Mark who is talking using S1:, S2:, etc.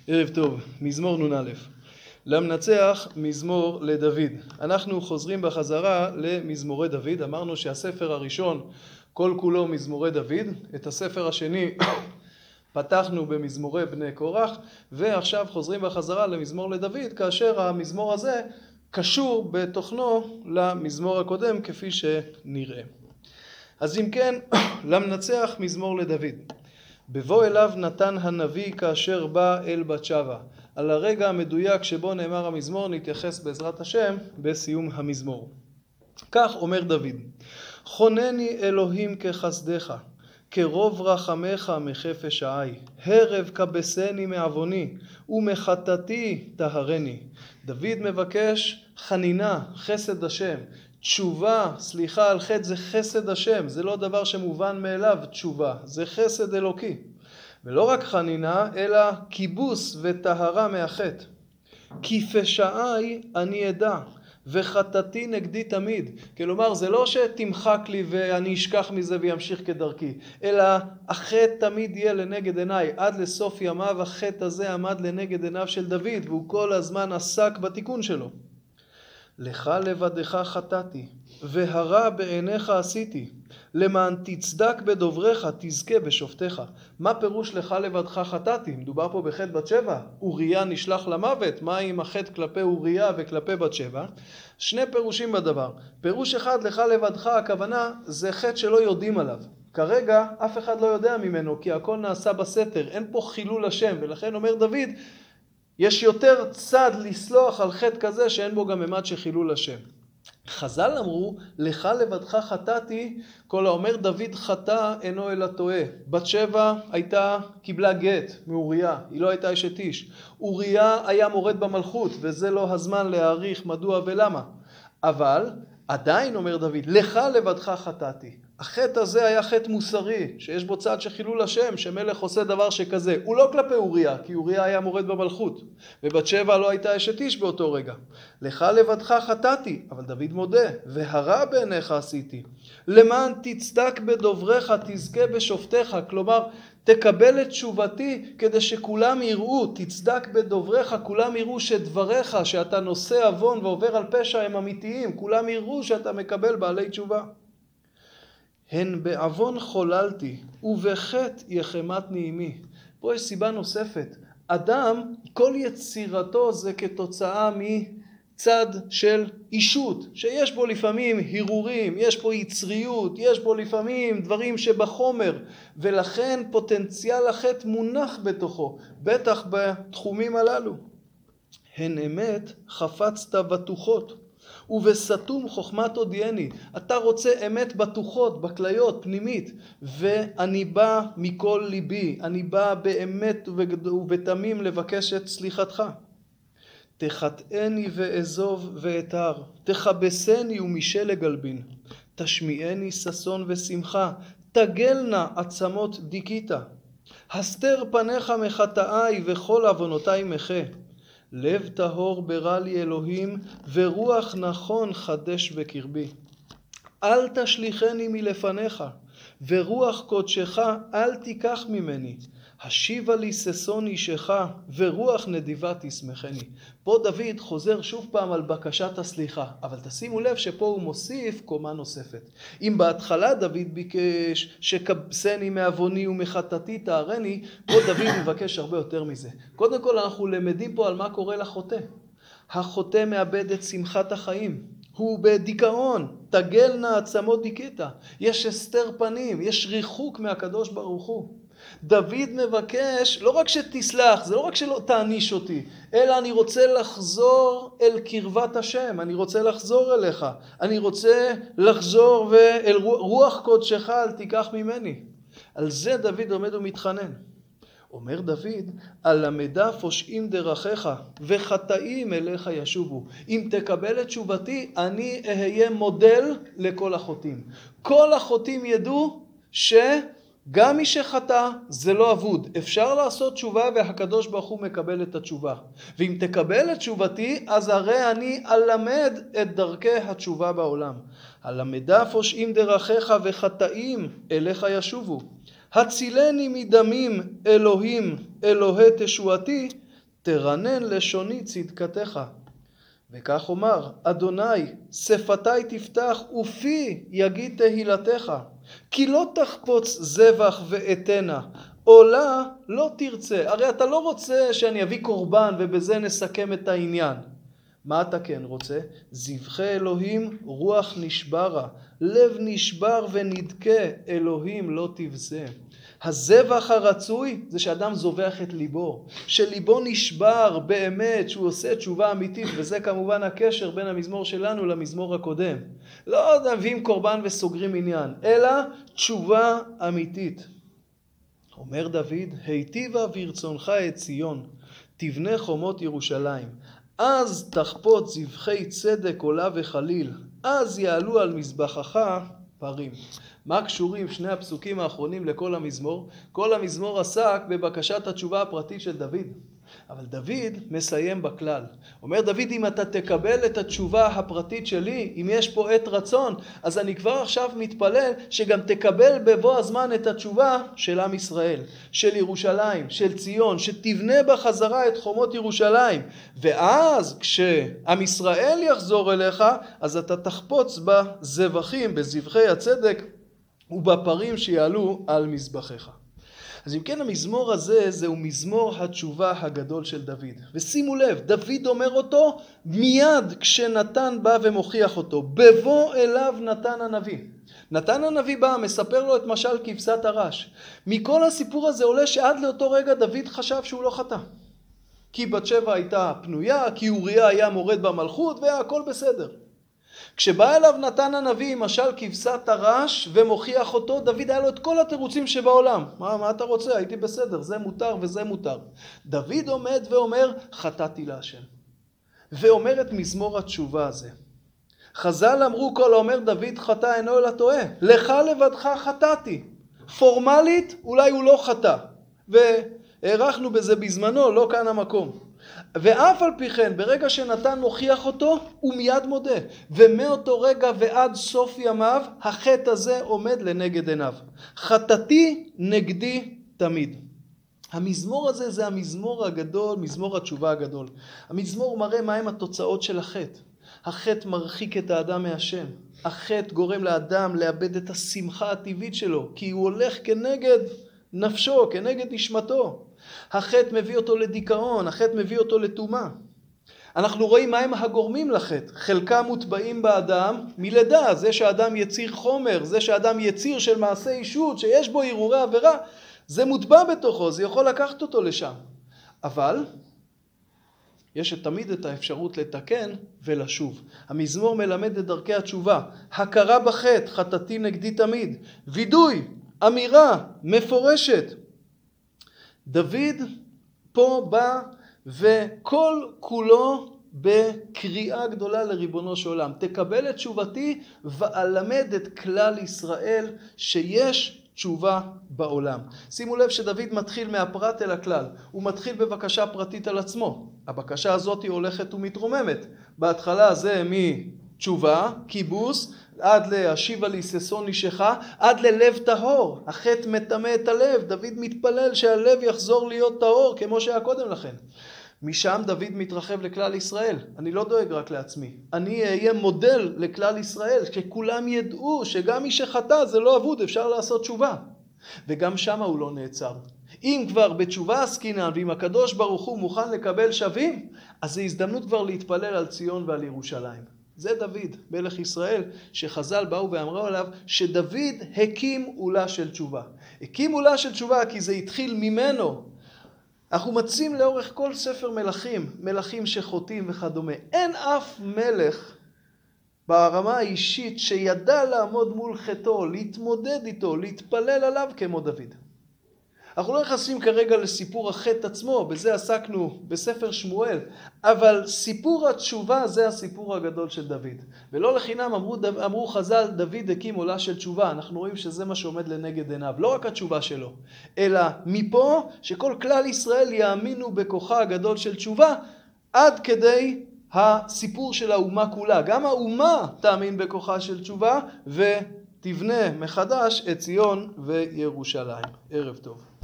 S1: ערב טוב, מזמור נ"א. למנצח מזמור לדוד. אנחנו חוזרים בחזרה למזמורי דוד. אמרנו שהספר הראשון כל כולו מזמורי דוד. את הספר השני פתחנו במזמורי בני קורח, ועכשיו חוזרים בחזרה למזמור לדוד, כאשר המזמור הזה קשור בתוכנו למזמור הקודם כפי שנראה. אז אם כן, למנצח מזמור לדוד. בבוא אליו נתן הנביא כאשר בא אל בת שבע. על הרגע המדויק שבו נאמר המזמור נתייחס בעזרת השם בסיום המזמור. כך אומר דוד: חונני אלוהים כחסדך, כרוב רחמך מחפש העי. הרב כבסני מעווני, ומחטאתי טהרני. דוד מבקש חנינה, חסד השם. תשובה, סליחה על חטא, זה חסד השם, זה לא דבר שמובן מאליו תשובה, זה חסד אלוקי. ולא רק חנינה, אלא כיבוס וטהרה מהחטא. כי פשעי אני אדע, וחטאתי נגדי תמיד. כלומר, זה לא שתמחק לי ואני אשכח מזה וימשיך כדרכי, אלא החטא תמיד יהיה לנגד עיניי. עד לסוף ימיו החטא הזה עמד לנגד עיניו של דוד, והוא כל הזמן עסק בתיקון שלו. לך לבדך חטאתי, והרע בעיניך עשיתי, למען תצדק בדוברך, תזכה בשופטיך. מה פירוש לך לבדך חטאתי? מדובר פה בחטא בת שבע. אוריה נשלח למוות. מה עם החטא כלפי אוריה וכלפי בת שבע? שני פירושים בדבר. פירוש אחד, לך לבדך, הכוונה זה חטא שלא יודעים עליו. כרגע אף אחד לא יודע ממנו, כי הכל נעשה בסתר, אין פה חילול השם, ולכן אומר דוד, יש יותר צד לסלוח על חטא כזה שאין בו גם ממד שחילול השם. חז"ל אמרו, לך לבדך חטאתי, כל האומר דוד חטא אינו אלא טועה. בת שבע קיבלה גט מאוריה, היא לא הייתה אשת איש. אוריה היה מורד במלכות, וזה לא הזמן להעריך מדוע ולמה. אבל עדיין אומר דוד, לך לבדך חטאתי. החטא הזה היה חטא מוסרי, שיש בו צד שחילול השם, שמלך עושה דבר שכזה. הוא לא כלפי אוריה, כי אוריה היה מורד במלכות, ובת שבע לא הייתה אשת איש באותו רגע. לך לבדך חטאתי, אבל דוד מודה, והרע בעיניך עשיתי. למען תצדק בדוברך, תזכה בשופטיך. כלומר, תקבל את תשובתי כדי שכולם יראו, תצדק בדוברך, כולם יראו שדבריך, שאתה נושא עוון ועובר על פשע, הם אמיתיים. כולם יראו שאתה מקבל בעלי תשובה. הן בעוון חוללתי, ובחטא יחמתני עמי. פה יש סיבה נוספת. אדם, כל יצירתו זה כתוצאה מצד של אישות, שיש בו לפעמים הרהורים, יש בו יצריות, יש בו לפעמים דברים שבחומר, ולכן פוטנציאל החטא מונח בתוכו, בטח בתחומים הללו. הן אמת חפצת בטוחות, ובסתום חוכמת הודיעני. אתה רוצה אמת בטוחות, בכליות, פנימית, ואני בא מכל ליבי, אני בא באמת ובתמים לבקש את סליחתך. תחטאני ואזוב ואתר, תכבסני ומשלג אלבין, תשמיעני ששון ושמחה, תגלנה עצמות דיכיתה. הסתר פניך מחטאי וכל עוונותיי מחה. לב טהור ברא לי אלוהים, ורוח נכון חדש בקרבי. אל תשליכני מלפניך, ורוח קודשך אל תיקח ממני. השיבה לי ששון אישך, ורוח נדיבה תשמחני. פה דוד חוזר שוב פעם על בקשת הסליחה, אבל תשימו לב שפה הוא מוסיף קומה נוספת. אם בהתחלה דוד ביקש שכבסני מעווני ומחטאתי טהרני, פה דוד מבקש הרבה יותר מזה. קודם כל אנחנו למדים פה על מה קורה לחוטא. החוטא מאבד את שמחת החיים. הוא בדיכאון, תגלנה עצמות דיכיתה. יש הסתר פנים, יש ריחוק מהקדוש ברוך הוא. דוד מבקש לא רק שתסלח, זה לא רק שלא תעניש אותי, אלא אני רוצה לחזור אל קרבת השם, אני רוצה לחזור אליך, אני רוצה לחזור ואל רוח קודשך אל תיקח ממני. על זה דוד עומד ומתחנן. אומר דוד, על המדע פושעים דרכיך וחטאים אליך ישובו. אם תקבל את תשובתי, אני אהיה מודל לכל החוטאים. כל החוטאים ידעו שגם מי שחטא זה לא אבוד. אפשר לעשות תשובה והקדוש ברוך הוא מקבל את התשובה. ואם תקבל את תשובתי, אז הרי אני אלמד את דרכי התשובה בעולם. על המדע פושעים דרכיך וחטאים אליך ישובו. הצילני מדמים אלוהים אלוהי תשועתי, תרנן לשוני צדקתך. וכך אומר, אדוני, שפתי תפתח ופי יגיד תהילתך. כי לא תחפוץ זבח ואתנה, עולה לא תרצה. הרי אתה לא רוצה שאני אביא קורבן ובזה נסכם את העניין. מה אתה כן רוצה? זבחי אלוהים רוח נשברה, לב נשבר ונדכה, אלוהים לא תבזה. הזבח הרצוי זה שאדם זובח את ליבו, שליבו נשבר באמת, שהוא עושה תשובה אמיתית, וזה כמובן הקשר בין המזמור שלנו למזמור הקודם. לא מביאים קורבן וסוגרים עניין, אלא תשובה אמיתית. אומר דוד, היטיבה ברצונך את ציון, תבנה חומות ירושלים. אז תחפות זבחי צדק עולה וחליל, אז יעלו על מזבחך פרים. מה קשורים שני הפסוקים האחרונים לכל המזמור? כל המזמור עסק בבקשת התשובה הפרטית של דוד. אבל דוד מסיים בכלל. אומר דוד, אם אתה תקבל את התשובה הפרטית שלי, אם יש פה עת רצון, אז אני כבר עכשיו מתפלל שגם תקבל בבוא הזמן את התשובה של עם ישראל, של ירושלים, של ציון, שתבנה בחזרה את חומות ירושלים. ואז כשעם ישראל יחזור אליך, אז אתה תחפוץ בזבחים, בזבחי הצדק ובפרים שיעלו על מזבחיך. אז אם כן, המזמור הזה זהו מזמור התשובה הגדול של דוד. ושימו לב, דוד אומר אותו מיד כשנתן בא ומוכיח אותו. בבוא אליו נתן הנביא. נתן הנביא בא, מספר לו את משל כבשת הרש. מכל הסיפור הזה עולה שעד לאותו רגע דוד חשב שהוא לא חטא. כי בת שבע הייתה פנויה, כי אוריה היה מורד במלכות והכל בסדר. כשבא אליו נתן הנביא משל כבשת הרש ומוכיח אותו, דוד היה לו את כל התירוצים שבעולם. מה אתה רוצה? הייתי בסדר, זה מותר וזה מותר. דוד עומד ואומר, חטאתי להשם. ואומר את מזמור התשובה הזה. חז"ל אמרו, כל האומר דוד חטא אינו אלא טועה. לך לבדך חטאתי. פורמלית אולי הוא לא חטא. והערכנו בזה בזמנו, לא כאן המקום. ואף על פי כן, ברגע שנתן מוכיח אותו, הוא מיד מודה. ומאותו רגע ועד סוף ימיו, החטא הזה עומד לנגד עיניו. חטאתי נגדי תמיד. המזמור הזה זה המזמור הגדול, מזמור התשובה הגדול. המזמור מראה מהם התוצאות של החטא. החטא מרחיק את האדם מהשם. החטא גורם לאדם לאבד את השמחה הטבעית שלו, כי הוא הולך כנגד נפשו, כנגד נשמתו. החטא מביא אותו לדיכאון, החטא מביא אותו לטומאה. אנחנו רואים מהם הגורמים לחטא. חלקם מוטבעים באדם מלידה, זה שאדם יציר חומר, זה שאדם יציר של מעשה אישות, שיש בו הרהורי עבירה, זה מוטבע בתוכו, זה יכול לקחת אותו לשם. אבל יש תמיד את האפשרות לתקן ולשוב. המזמור מלמד את דרכי התשובה. הכרה בחטא, חטאתי נגדי תמיד. וידוי, אמירה מפורשת. דוד פה בא וכל כולו בקריאה גדולה לריבונו של עולם. תקבל את תשובתי ואלמד את כלל ישראל שיש תשובה בעולם. שימו לב שדוד מתחיל מהפרט אל הכלל. הוא מתחיל בבקשה פרטית על עצמו. הבקשה הזאת היא הולכת ומתרוממת. בהתחלה זה מתשובה, כיבוס, עד להשיבה לי ששון אישך, עד ללב טהור. החטא מטמא את הלב. דוד מתפלל שהלב יחזור להיות טהור כמו שהיה קודם לכן. משם דוד מתרחב לכלל ישראל. אני לא דואג רק לעצמי. אני אהיה מודל לכלל ישראל, שכולם ידעו שגם מי שחטא זה לא אבוד, אפשר לעשות תשובה. וגם שם הוא לא נעצר. אם כבר בתשובה עסקינן, ואם הקדוש ברוך הוא מוכן לקבל שווים, אז זו הזדמנות כבר להתפלל על ציון ועל ירושלים. זה דוד, מלך ישראל, שחז"ל באו ואמרו עליו שדוד הקים עולה של תשובה. הקים עולה של תשובה כי זה התחיל ממנו. אנחנו מצאים לאורך כל ספר מלכים, מלכים שחוטאים וכדומה. אין אף מלך ברמה האישית שידע לעמוד מול חטאו, להתמודד איתו, להתפלל עליו כמו דוד. אנחנו לא נכנסים כרגע לסיפור החטא עצמו, בזה עסקנו בספר שמואל, אבל סיפור התשובה זה הסיפור הגדול של דוד. ולא לחינם אמרו חז"ל, דוד הקים עולה של תשובה. אנחנו רואים שזה מה שעומד לנגד עיניו, לא רק התשובה שלו, אלא מפה שכל כלל ישראל יאמינו בכוחה הגדול של תשובה, עד כדי הסיפור של האומה כולה. גם האומה תאמין בכוחה של תשובה ותבנה מחדש את ציון וירושלים. ערב טוב.